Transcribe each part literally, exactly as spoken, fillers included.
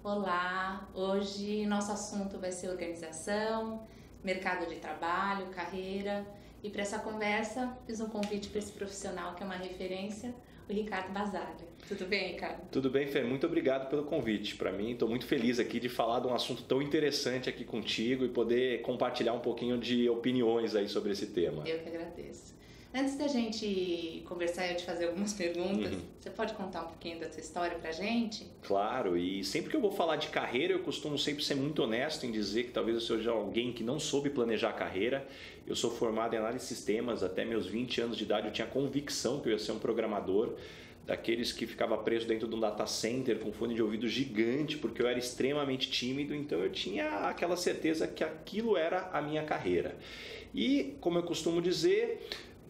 Olá, hoje nosso assunto vai ser organização, mercado de trabalho, carreira, e para essa conversa fiz um convite para esse profissional que é uma referência, o Ricardo Basaglia. Tudo bem, Ricardo? Tudo bem, Fê? Muito obrigado pelo convite. Para mim, estou muito feliz aqui de falar de um assunto tão interessante aqui contigo e poder compartilhar um pouquinho de opiniões aí sobre esse tema. Eu que agradeço. Antes da gente conversar e eu te fazer algumas perguntas, uhum. Você pode contar um pouquinho da sua história pra gente? Claro, e sempre que eu vou falar de carreira, eu costumo sempre ser muito honesto em dizer que talvez eu seja alguém que não soube planejar a carreira. Eu sou formado em análise de sistemas, até meus vinte anos de idade eu tinha convicção que eu ia ser um programador, daqueles que ficava preso dentro de um data center com fone de ouvido gigante, porque eu era extremamente tímido, então eu tinha aquela certeza que aquilo era a minha carreira. E, como eu costumo dizer,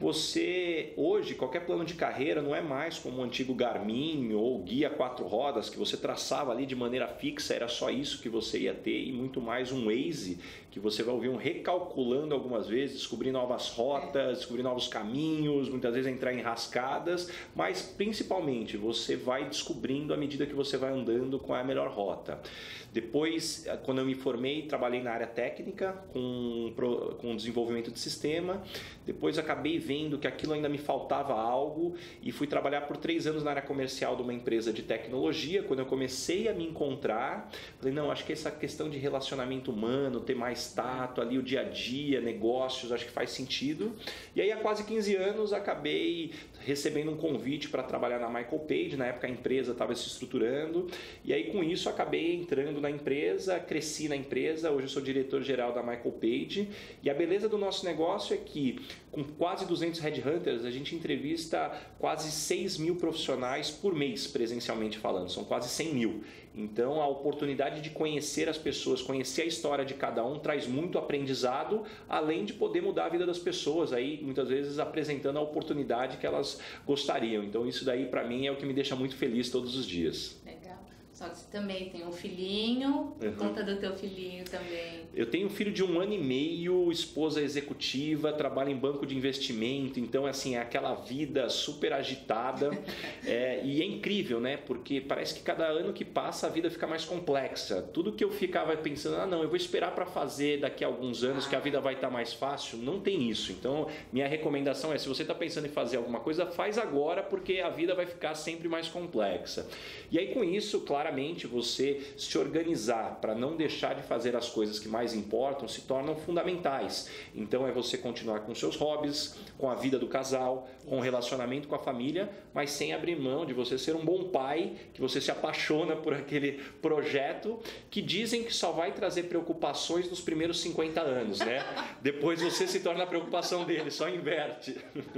você, hoje, qualquer plano de carreira não é mais como o antigo Garmin ou guia quatro rodas que você traçava ali de maneira fixa, era só isso que você ia ter, e muito mais um Waze que você vai ouvir um recalculando algumas vezes, descobrir novas rotas, descobrir novos caminhos, muitas vezes entrar em rascadas, mas principalmente você vai descobrindo à medida que você vai andando qual é a melhor rota. Depois, quando eu me formei, trabalhei na área técnica com, com desenvolvimento de sistema, depois acabei vendo que aquilo ainda me faltava algo e fui trabalhar por três anos na área comercial de uma empresa de tecnologia. Quando eu comecei a me encontrar, falei, não, acho que essa questão de relacionamento humano, ter mais tato ali, o dia a dia, negócios, acho que faz sentido. E aí há quase quinze anos acabei recebendo um convite para trabalhar na Michael Page. Na época a empresa estava se estruturando e aí com isso acabei entrando na empresa, cresci na empresa, hoje eu sou diretor-geral da Michael Page. E a beleza do nosso negócio é que com quase duzentos headhunters, a gente entrevista quase seis mil profissionais por mês, presencialmente falando, são quase cem mil. Então a oportunidade de conhecer as pessoas, conhecer a história de cada um, traz muito aprendizado, além de poder mudar a vida das pessoas, aí muitas vezes apresentando a oportunidade que elas gostariam. Então isso daí para mim é o que me deixa muito feliz todos os dias. Legal. Só que você também tem um filhinho, uhum. Conta do teu filhinho também. Eu tenho um filho de um ano e meio, esposa executiva, trabalha em banco de investimento, então assim, é aquela vida super agitada é, e é incrível, né? Porque parece que cada ano que passa a vida fica mais complexa. Tudo que eu ficava pensando, ah não, eu vou esperar para fazer daqui a alguns anos ah. que a vida vai estar mais fácil, não tem isso. Então minha recomendação é, se você está pensando em fazer alguma coisa, faz agora, porque a vida vai ficar sempre mais complexa. E aí com isso, claro, você se organizar para não deixar de fazer as coisas que mais importam se tornam fundamentais. Então é você continuar com seus hobbies, com a vida do casal, com o relacionamento com a família, mas sem abrir mão de você ser um bom pai, que você se apaixona por aquele projeto que dizem que só vai trazer preocupações nos primeiros cinquenta anos, né? Depois você se torna a preocupação dele, só inverte.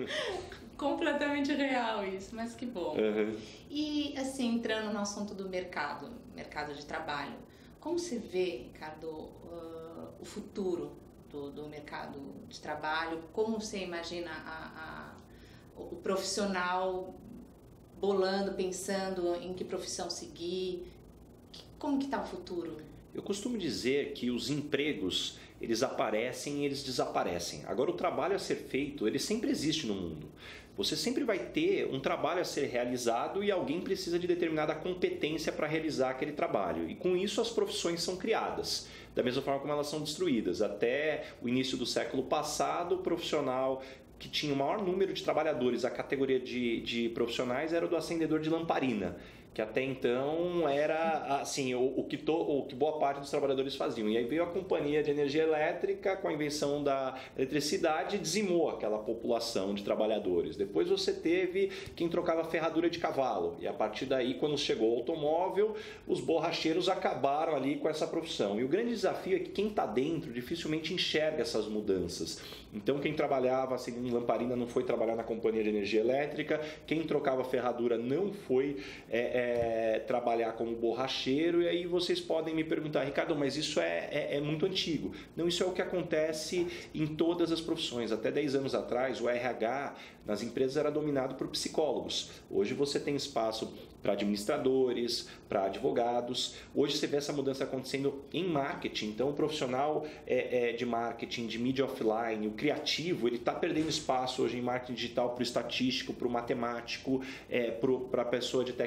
Completamente real isso, mas que bom. Uhum. E assim, entrando no assunto do mercado, mercado de trabalho, como você vê, Ricardo, uh, o futuro do, do mercado de trabalho? Como você imagina a, a, o profissional bolando, pensando em que profissão seguir? Como que está o futuro? Eu costumo dizer que os empregos, eles aparecem e eles desaparecem. Agora o trabalho a ser feito, ele sempre existe no mundo. Você sempre vai ter um trabalho a ser realizado e alguém precisa de determinada competência para realizar aquele trabalho. E com isso as profissões são criadas, da mesma forma como elas são destruídas. Até o início do século passado, o profissional que tinha o maior número de trabalhadores, a categoria de, de profissionais era o do acendedor de lamparina, que até então era assim, o, o, que to, o que boa parte dos trabalhadores faziam. E aí veio a companhia de energia elétrica com a invenção da eletricidade e dizimou aquela população de trabalhadores. Depois você teve quem trocava ferradura de cavalo, e a partir daí, quando chegou o automóvel, os borracheiros acabaram ali com essa profissão. E o grande desafio é que quem está dentro dificilmente enxerga essas mudanças. Então quem trabalhava assim, em lamparina não foi trabalhar na companhia de energia elétrica, quem trocava ferradura não foi é, é, É, trabalhar como borracheiro. E aí vocês podem me perguntar, Ricardo, mas isso é, é, é muito antigo. Não, isso é o que acontece em todas as profissões. Até dez anos atrás, o R H nas empresas era dominado por psicólogos. Hoje você tem espaço para administradores, para advogados. Hoje você vê essa mudança acontecendo em marketing. Então o profissional é, é, de marketing, de mídia offline, o criativo, ele está perdendo espaço hoje em marketing digital para o estatístico, para o matemático, é, para a pessoa de tecnologia.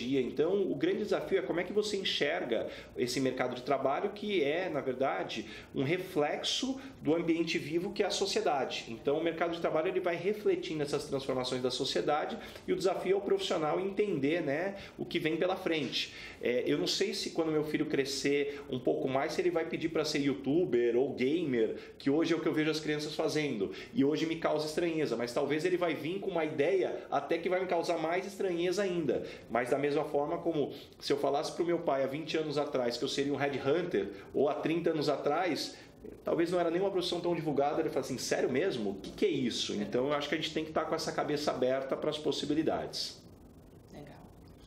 tecnologia. Então, o grande desafio é como é que você enxerga esse mercado de trabalho, que é, na verdade, um reflexo do ambiente vivo que é a sociedade. Então, o mercado de trabalho ele vai refletindo essas transformações da sociedade e o desafio é o profissional entender, né, o que vem pela frente. É, eu não sei se quando meu filho crescer um pouco mais, se ele vai pedir para ser youtuber ou gamer, que hoje é o que eu vejo as crianças fazendo, e hoje me causa estranheza, mas talvez ele vai vir com uma ideia até que vai me causar mais estranheza ainda. Mas da mesma forma como se eu falasse para o meu pai há vinte anos atrás que eu seria um headhunter, ou há trinta anos atrás, talvez não era nenhuma profissão tão divulgada, ele fala assim, sério mesmo? O que, que é isso? Então eu acho que a gente tem que estar com essa cabeça aberta para as possibilidades. Legal.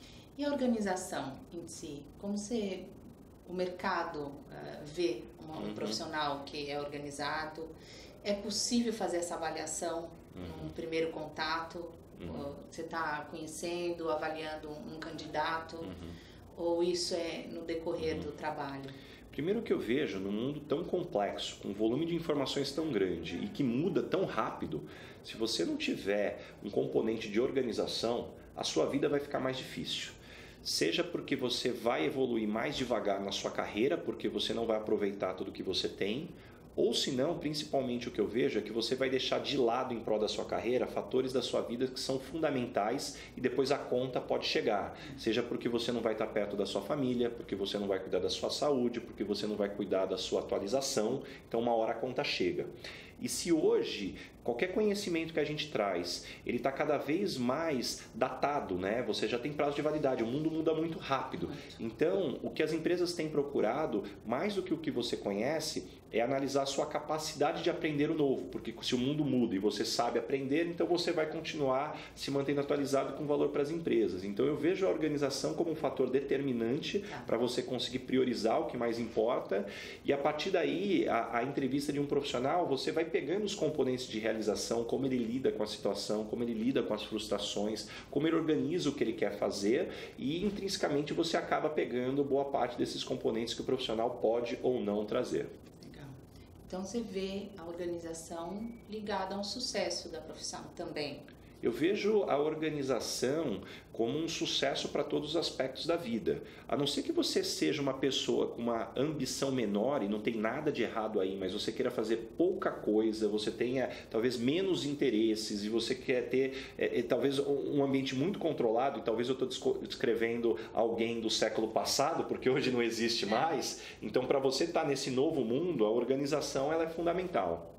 E a organização em si? Como você, o mercado uh, vê um, um uhum. profissional que é organizado? É possível fazer essa avaliação uhum. num primeiro contato? Uhum. Você está conhecendo, avaliando um, um candidato? Uhum. Ou isso é no decorrer uhum. do trabalho? Primeiro que eu vejo, num mundo tão complexo, com um volume de informações tão grande e que muda tão rápido, se você não tiver um componente de organização, a sua vida vai ficar mais difícil. Seja porque você vai evoluir mais devagar na sua carreira, porque você não vai aproveitar tudo que você tem, ou se não, principalmente o que eu vejo é que você vai deixar de lado em prol da sua carreira fatores da sua vida que são fundamentais e depois a conta pode chegar. Seja porque você não vai estar perto da sua família, porque você não vai cuidar da sua saúde, porque você não vai cuidar da sua atualização, então uma hora a conta chega. E se hoje qualquer conhecimento que a gente traz, ele está cada vez mais datado, né? Você já tem prazo de validade, o mundo muda muito rápido. Então, o que as empresas têm procurado, mais do que o que você conhece, é analisar a sua capacidade de aprender o novo, porque se o mundo muda e você sabe aprender, então você vai continuar se mantendo atualizado com valor para as empresas. Então eu vejo a organização como um fator determinante para você conseguir priorizar o que mais importa e a partir daí, a, a entrevista de um profissional, você vai pegando os componentes de realização, como ele lida com a situação, como ele lida com as frustrações, como ele organiza o que ele quer fazer e intrinsecamente você acaba pegando boa parte desses componentes que o profissional pode ou não trazer. Então você vê a organização ligada ao sucesso da profissão também. Eu vejo a organização como um sucesso para todos os aspectos da vida. A não ser que você seja uma pessoa com uma ambição menor, e não tem nada de errado aí, mas você queira fazer pouca coisa, você tenha talvez menos interesses e você quer ter é, é, talvez um ambiente muito controlado, e talvez eu estou descrevendo alguém do século passado, porque hoje não existe mais. Então, para você estar nesse novo mundo, a organização ela é fundamental.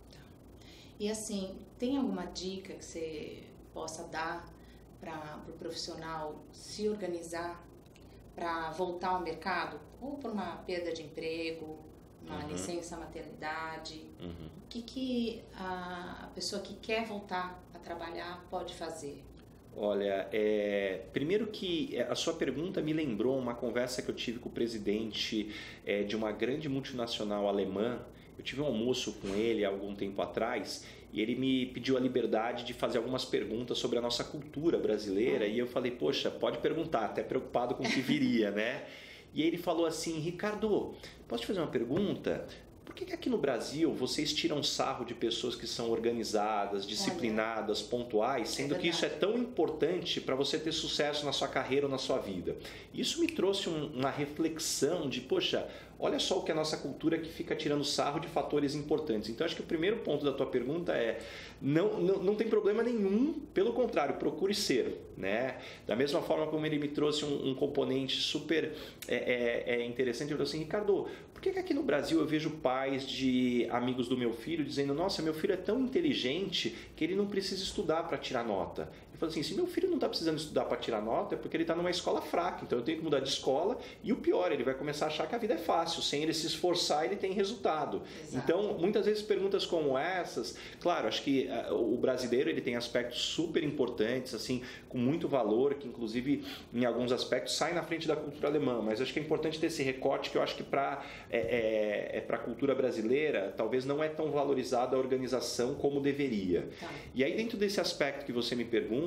E assim, tem alguma dica que você possa dar para o pro profissional se organizar para voltar ao mercado? Ou por uma perda de emprego, uma uhum. licença maternidade? Uhum. O que, que a pessoa que quer voltar a trabalhar pode fazer? Olha, é, primeiro que a sua pergunta me lembrou uma conversa que eu tive com o presidente é, de uma grande multinacional alemã. Eu tive um almoço com ele há algum tempo atrás e ele me pediu a liberdade de fazer algumas perguntas sobre a nossa cultura brasileira e eu falei, poxa, pode perguntar, até preocupado com o que viria, né? E ele falou assim, Ricardo, posso te fazer uma pergunta? Por que, que aqui no Brasil vocês tiram sarro de pessoas que são organizadas, disciplinadas, pontuais, sendo é que isso é tão importante para você ter sucesso na sua carreira ou na sua vida? Isso me trouxe um, uma reflexão de, poxa, olha só o que a nossa cultura que fica tirando sarro de fatores importantes. Então, acho que o primeiro ponto da tua pergunta é, não, não, não tem problema nenhum, pelo contrário, procure ser. Né? Da mesma forma como ele me trouxe um, um componente super é, é, é interessante, ele falou assim, Ricardo, por que, que aqui no Brasil eu vejo pais de amigos do meu filho dizendo, nossa, meu filho é tão inteligente que ele não precisa estudar para tirar nota. Ele falou assim, se meu filho não está precisando estudar para tirar nota é porque ele está numa escola fraca, então eu tenho que mudar de escola e o pior, ele vai começar a achar que a vida é fácil, sem ele se esforçar ele tem resultado. Exato. Então, muitas vezes perguntas como essas, claro, acho que uh, o brasileiro ele tem aspectos super importantes, assim, com muito valor, que inclusive em alguns aspectos sai na frente da cultura alemã, mas acho que é importante ter esse recorte que eu acho que para é, é, é para a cultura brasileira talvez não é tão valorizada a organização como deveria. Tá. E aí dentro desse aspecto que você me pergunta,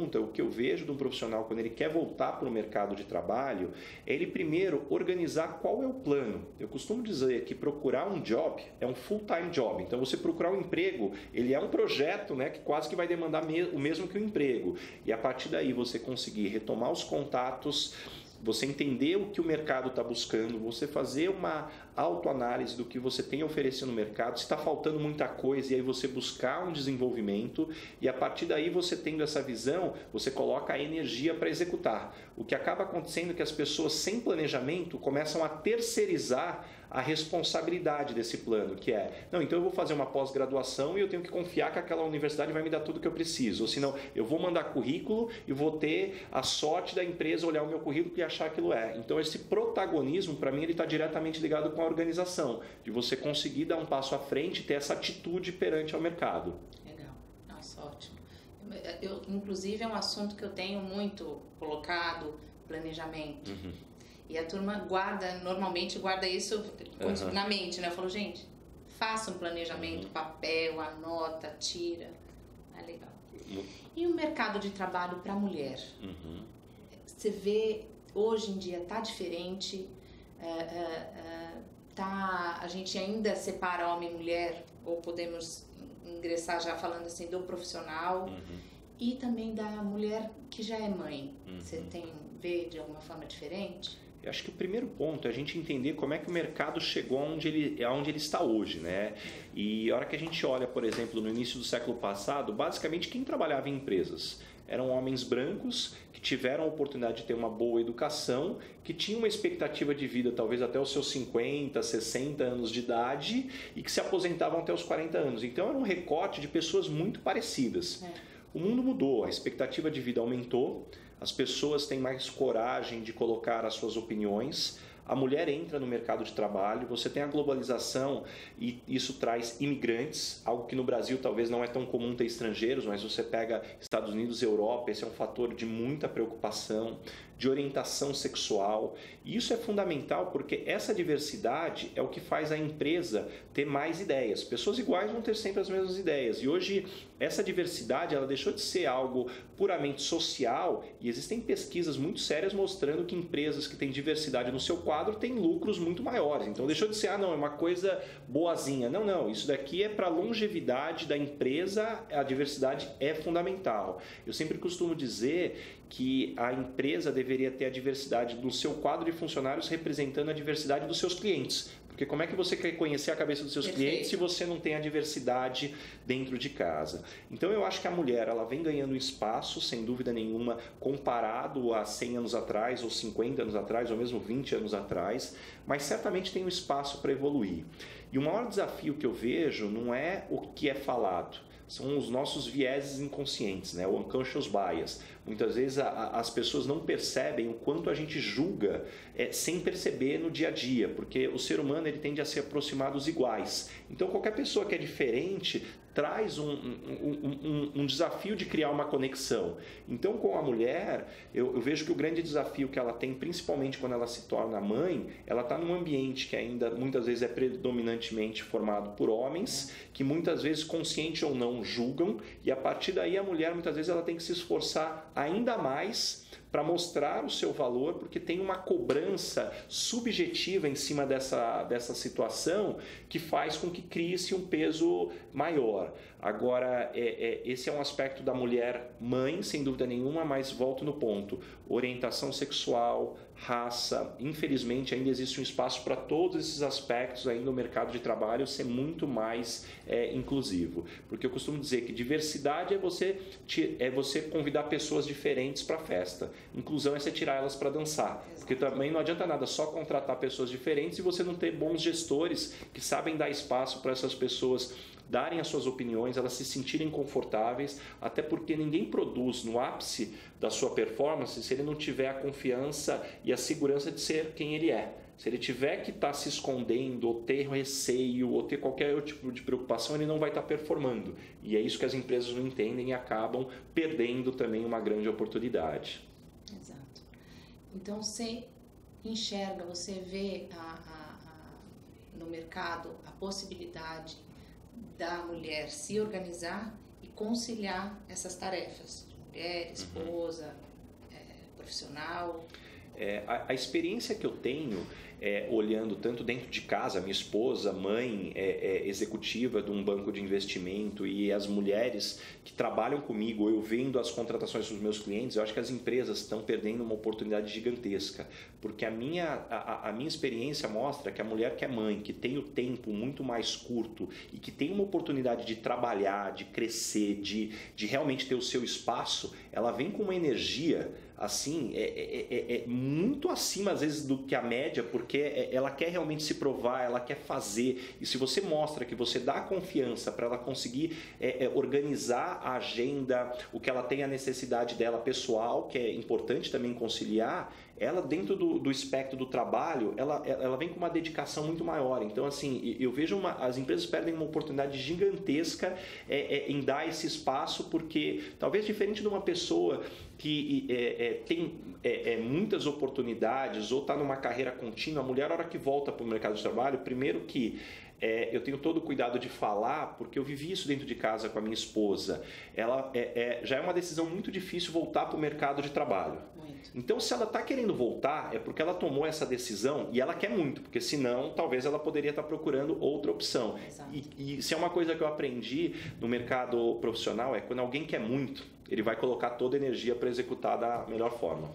pergunta, o que eu vejo de um profissional quando ele quer voltar para o mercado de trabalho, é ele primeiro organizar qual é o plano. Eu costumo dizer que procurar um job é um full-time job. Então, você procurar um emprego, ele é um projeto, né, que quase que vai demandar o mesmo que o emprego. E a partir daí você conseguir retomar os contatos, você entender o que o mercado está buscando, você fazer uma autoanálise do que você tem a oferecer no mercado, se está faltando muita coisa, e aí você buscar um desenvolvimento, e a partir daí você tendo essa visão, você coloca a energia para executar. O que acaba acontecendo é que as pessoas sem planejamento começam a terceirizar a responsabilidade desse plano, que é, não, então eu vou fazer uma pós-graduação e eu tenho que confiar que aquela universidade vai me dar tudo que eu preciso, ou senão eu vou mandar currículo e vou ter a sorte da empresa olhar o meu currículo e achar aquilo é. Então esse protagonismo, para mim, ele está diretamente ligado com a organização, de você conseguir dar um passo à frente e ter essa atitude perante ao mercado. Legal, nossa, ótimo. Eu, inclusive é um assunto que eu tenho muito colocado, planejamento. Uhum. E a turma guarda, normalmente guarda isso uhum. na mente, né? Eu falo, gente, faça um planejamento, uhum. papel, anota, tira. É legal. Uhum. E o mercado de trabalho para a mulher? Uhum. Você vê, hoje em dia tá diferente, é, é, é, tá, a gente ainda separa homem e mulher, ou podemos ingressar já falando assim do profissional, uhum. e também da mulher que já é mãe. Uhum. Você tem, vê de alguma forma diferente? Eu acho que o primeiro ponto é a gente entender como é que o mercado chegou aonde ele, aonde ele está hoje, né? E a hora que a gente olha, por exemplo, no início do século passado, basicamente quem trabalhava em empresas eram homens brancos que tiveram a oportunidade de ter uma boa educação, que tinham uma expectativa de vida talvez até os seus cinquenta, sessenta anos de idade e que se aposentavam até os quarenta anos. Então era um recorte de pessoas muito parecidas. É. O mundo mudou, a expectativa de vida aumentou, as pessoas têm mais coragem de colocar as suas opiniões, a mulher entra no mercado de trabalho, você tem a globalização e isso traz imigrantes, algo que no Brasil talvez não é tão comum ter estrangeiros, mas você pega Estados Unidos e Europa, esse é um fator de muita preocupação, de orientação sexual, e isso é fundamental porque essa diversidade é o que faz a empresa ter mais ideias. Pessoas iguais vão ter sempre as mesmas ideias, e hoje essa diversidade ela deixou de ser algo puramente social, e existem pesquisas muito sérias mostrando que empresas que têm diversidade no seu quadro têm lucros muito maiores. Então deixou de ser, ah não, é uma coisa boazinha. Não, não, isso daqui é para a longevidade da empresa, a diversidade é fundamental. Eu sempre costumo dizer que a empresa deveria ter a diversidade do seu quadro de funcionários representando a diversidade dos seus clientes. Porque como é que você quer conhecer a cabeça dos seus Perfeito. clientes se você não tem a diversidade dentro de casa? Então eu acho que a mulher ela vem ganhando espaço, sem dúvida nenhuma, comparado a cem anos atrás, ou cinquenta anos atrás, ou mesmo vinte anos atrás, mas certamente tem um espaço para evoluir. E o maior desafio que eu vejo não é o que é falado, são os nossos vieses inconscientes, né? O unconscious bias. Muitas vezes a, a, as pessoas não percebem o quanto a gente julga é, sem perceber no dia a dia, porque o ser humano ele tende a se aproximar dos iguais. Então qualquer pessoa que é diferente traz um, um, um, um desafio de criar uma conexão. Então com a mulher, eu, eu vejo que o grande desafio que ela tem, principalmente quando ela se torna mãe, ela está num ambiente que ainda muitas vezes é predominantemente formado por homens, que muitas vezes, consciente ou não, julgam, e a partir daí a mulher muitas vezes ela tem que se esforçar ainda mais para mostrar o seu valor, porque tem uma cobrança subjetiva em cima dessa, dessa situação que faz com que crie-se um peso maior. Agora, é, é, esse é um aspecto da mulher mãe, sem dúvida nenhuma, mas volto no ponto. Orientação sexual, raça, infelizmente ainda existe um espaço para todos esses aspectos aí no mercado de trabalho ser muito mais é, inclusivo. Porque eu costumo dizer que diversidade é você, é você convidar pessoas diferentes para a festa. Inclusão é você tirar elas para dançar. Porque também não adianta nada só contratar pessoas diferentes e você não ter bons gestores que sabem dar espaço para essas pessoas darem as suas opiniões, elas se sentirem confortáveis, até porque ninguém produz no ápice da sua performance se ele não tiver a confiança e a segurança de ser quem ele é. Se ele tiver que estar se escondendo, ou ter receio, ou ter qualquer outro tipo de preocupação, ele não vai estar performando. E é isso que as empresas não entendem e acabam perdendo também uma grande oportunidade. Exato. Então você enxerga, você vê a, a, a, no mercado a possibilidade da mulher se organizar e conciliar essas tarefas, mulher, esposa, uhum. é, profissional? É, a, a experiência que eu tenho, é, olhando tanto dentro de casa, minha esposa, mãe, é, é, executiva de um banco de investimento, e as mulheres que trabalham comigo, eu vendo as contratações dos meus clientes, eu acho que as empresas estão perdendo uma oportunidade gigantesca, porque a minha, a, a minha experiência mostra que a mulher que é mãe, que tem o tempo muito mais curto e que tem uma oportunidade de trabalhar, de crescer, de, de realmente ter o seu espaço, ela vem com uma energia assim, é, é, é, é muito acima às vezes do que a média, porque ela quer realmente se provar, ela quer fazer, e se você mostra que você dá confiança para ela conseguir é, é, organizar a agenda, o que ela tem a necessidade dela pessoal, que é importante também conciliar, ela dentro do, do espectro do trabalho, ela, ela vem com uma dedicação muito maior. Então, assim, eu vejo uma, as empresas perdem uma oportunidade gigantesca é, é, em dar esse espaço, porque talvez diferente de uma pessoa que é, é, tem é, é, muitas oportunidades ou está numa carreira contínua, a mulher, na hora que volta para o mercado de trabalho, primeiro que É, eu tenho todo o cuidado de falar, porque eu vivi isso dentro de casa com a minha esposa. Ela é, é, já é uma decisão muito difícil voltar para o mercado de trabalho. Muito. Então, se ela está querendo voltar, é porque ela tomou essa decisão e ela quer muito, porque senão talvez ela poderia estar procurando outra opção. E, e se é uma coisa que eu aprendi no mercado profissional, é quando alguém quer muito, ele vai colocar toda a energia para executar da melhor forma.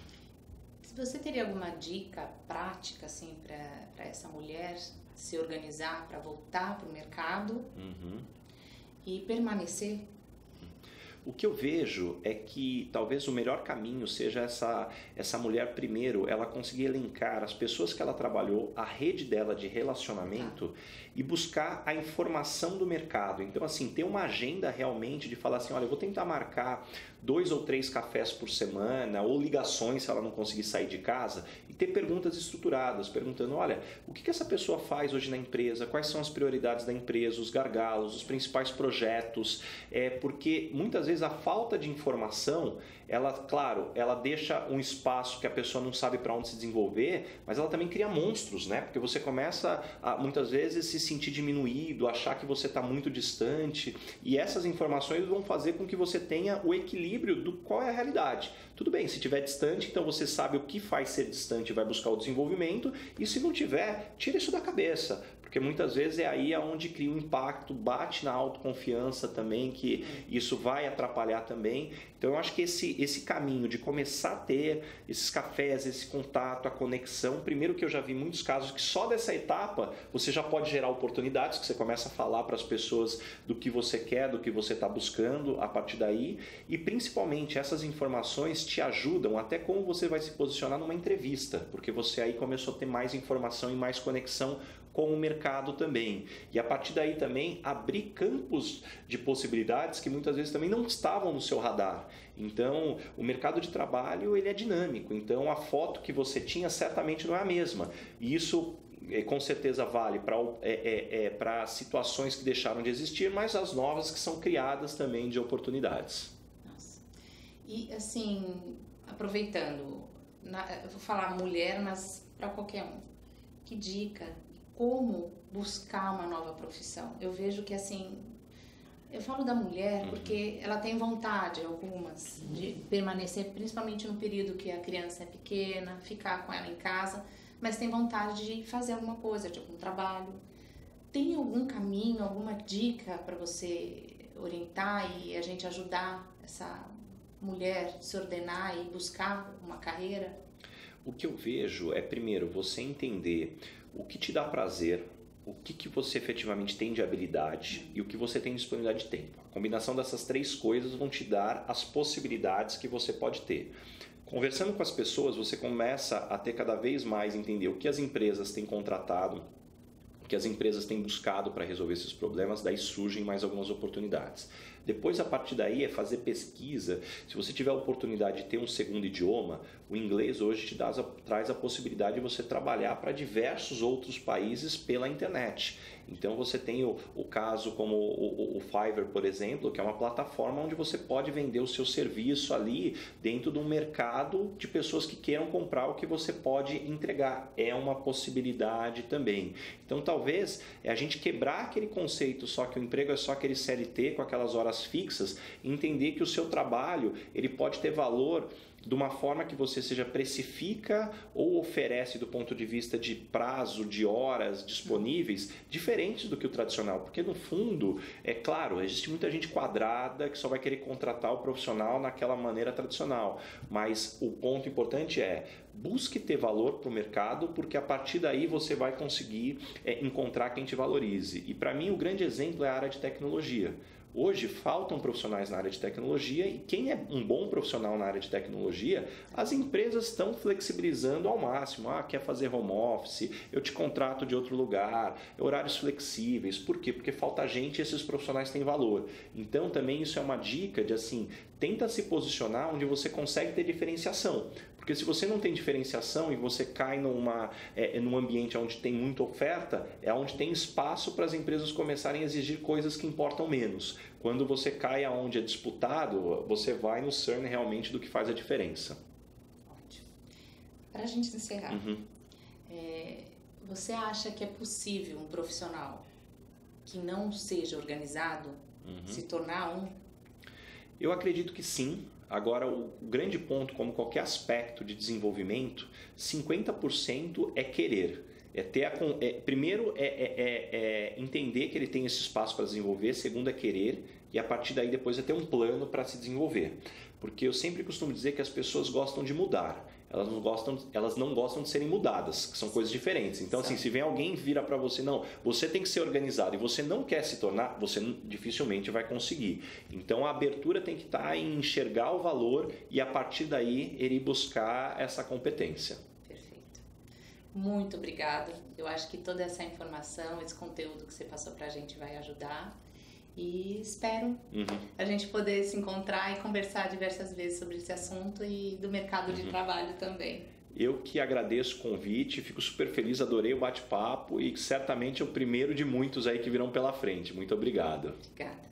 Você teria alguma dica prática assim, para essa mulher se organizar para voltar para o mercado uhum. e permanecer? O que eu vejo é que talvez o melhor caminho seja essa, essa mulher, primeiro, ela conseguir elencar as pessoas que ela trabalhou, a rede dela de relacionamento ah. e buscar a informação do mercado. Então, assim, ter uma agenda realmente de falar assim, olha, eu vou tentar marcar dois ou três cafés por semana ou ligações se ela não conseguir sair de casa e ter perguntas estruturadas, perguntando, olha, o que, que essa pessoa faz hoje na empresa, quais são as prioridades da empresa, os gargalos, os principais projetos, é, porque muitas vezes a falta de informação, ela, claro, ela deixa um espaço que a pessoa não sabe para onde se desenvolver, mas ela também cria monstros, né? Porque você começa a muitas vezes se sentir diminuído, achar que você está muito distante, e essas informações vão fazer com que você tenha o equilíbrio do qual é a realidade. Tudo bem, se estiver distante, então você sabe o que faz ser distante e vai buscar o desenvolvimento, e se não tiver, tira isso da cabeça. Porque muitas vezes é aí onde cria um impacto, bate na autoconfiança também, que isso vai atrapalhar também. Então eu acho que esse, esse caminho de começar a ter esses cafés, esse contato, a conexão, primeiro que eu já vi muitos casos que só dessa etapa você já pode gerar oportunidades, que você começa a falar para as pessoas do que você quer, do que você está buscando a partir daí, e principalmente essas informações te ajudam até como você vai se posicionar numa entrevista, porque você aí começou a ter mais informação e mais conexão com o mercado também. E a partir daí também abrir campos de possibilidades que muitas vezes também não estavam no seu radar. Então, o mercado de trabalho ele é dinâmico, então a foto que você tinha certamente não é a mesma. E isso com certeza vale para é, é, é, para situações que deixaram de existir, mas as novas que são criadas também de oportunidades. Nossa. E assim, aproveitando, na, eu vou falar mulher, mas para qualquer um, que dica? Como buscar uma nova profissão? Eu vejo que assim, eu falo da mulher uhum. porque ela tem vontade, algumas, uhum. de permanecer, principalmente no período que a criança é pequena, ficar com ela em casa, mas tem vontade de fazer alguma coisa, de algum trabalho. Tem algum caminho, alguma dica para você orientar e a gente ajudar essa mulher a se ordenar e buscar uma carreira? O que eu vejo é, primeiro, você entender o que te dá prazer, o que, que você efetivamente tem de habilidade e o que você tem de disponibilidade de tempo. A combinação dessas três coisas vão te dar as possibilidades que você pode ter. Conversando com as pessoas, você começa a ter cada vez mais entender o que as empresas têm contratado, o que as empresas têm buscado para resolver esses problemas, daí surgem mais algumas oportunidades. Depois, a partir daí, é fazer pesquisa. Se você tiver a oportunidade de ter um segundo idioma, o inglês hoje te dá, traz a possibilidade de você trabalhar para diversos outros países pela internet. Então você tem o, o caso como o, o, o Fiverr, por exemplo, que é uma plataforma onde você pode vender o seu serviço ali dentro de um mercado de pessoas que queiram comprar o que você pode entregar. É uma possibilidade também. Então talvez é a gente quebrar aquele conceito só que o emprego é só aquele C L T com aquelas horas horas fixas, entender que o seu trabalho ele pode ter valor de uma forma que você seja precifica ou oferece do ponto de vista de prazo, de horas disponíveis, diferentes do que o tradicional. Porque no fundo, é claro, existe muita gente quadrada que só vai querer contratar o profissional naquela maneira tradicional. Mas o ponto importante é, busque ter valor para o mercado, porque a partir daí você vai conseguir é, encontrar quem te valorize. E para mim o grande exemplo é a área de tecnologia. Hoje faltam profissionais na área de tecnologia e quem é um bom profissional na área de tecnologia, as empresas estão flexibilizando ao máximo. Ah, quer fazer home office, eu te contrato de outro lugar, horários flexíveis. Por quê? Porque falta gente e esses profissionais têm valor. Então também isso é uma dica de assim, tenta se posicionar onde você consegue ter diferenciação. Porque se você não tem diferenciação e você cai numa, é, num ambiente onde tem muita oferta, é onde tem espaço para as empresas começarem a exigir coisas que importam menos. Quando você cai aonde é disputado, você vai no cerne realmente do que faz a diferença. Ótimo. Para a gente encerrar, uhum. é, você acha que é possível um profissional que não seja organizado uhum. se tornar um? Eu acredito que sim. Agora, o grande ponto, como qualquer aspecto de desenvolvimento, cinquenta por cento é querer. É ter a, é, primeiro é, é, é, é entender que ele tem esse espaço para desenvolver, segundo é querer, e a partir daí depois é ter um plano para se desenvolver. Porque eu sempre costumo dizer que as pessoas gostam de mudar, elas não gostam, elas não gostam de serem mudadas, que são coisas diferentes. Então, assim, se vem alguém vira para você, não, você tem que ser organizado e você não quer se tornar, você dificilmente vai conseguir. Então, a abertura tem que estar em enxergar o valor e a partir daí ir buscar essa competência. Perfeito. Muito obrigada. Eu acho que toda essa informação, esse conteúdo que você passou para a gente vai ajudar. E espero uhum. a gente poder se encontrar e conversar diversas vezes sobre esse assunto e do mercado uhum. de trabalho também. Eu que agradeço o convite, fico super feliz, adorei o bate-papo e certamente é o primeiro de muitos aí que virão pela frente. Muito obrigado. Obrigada.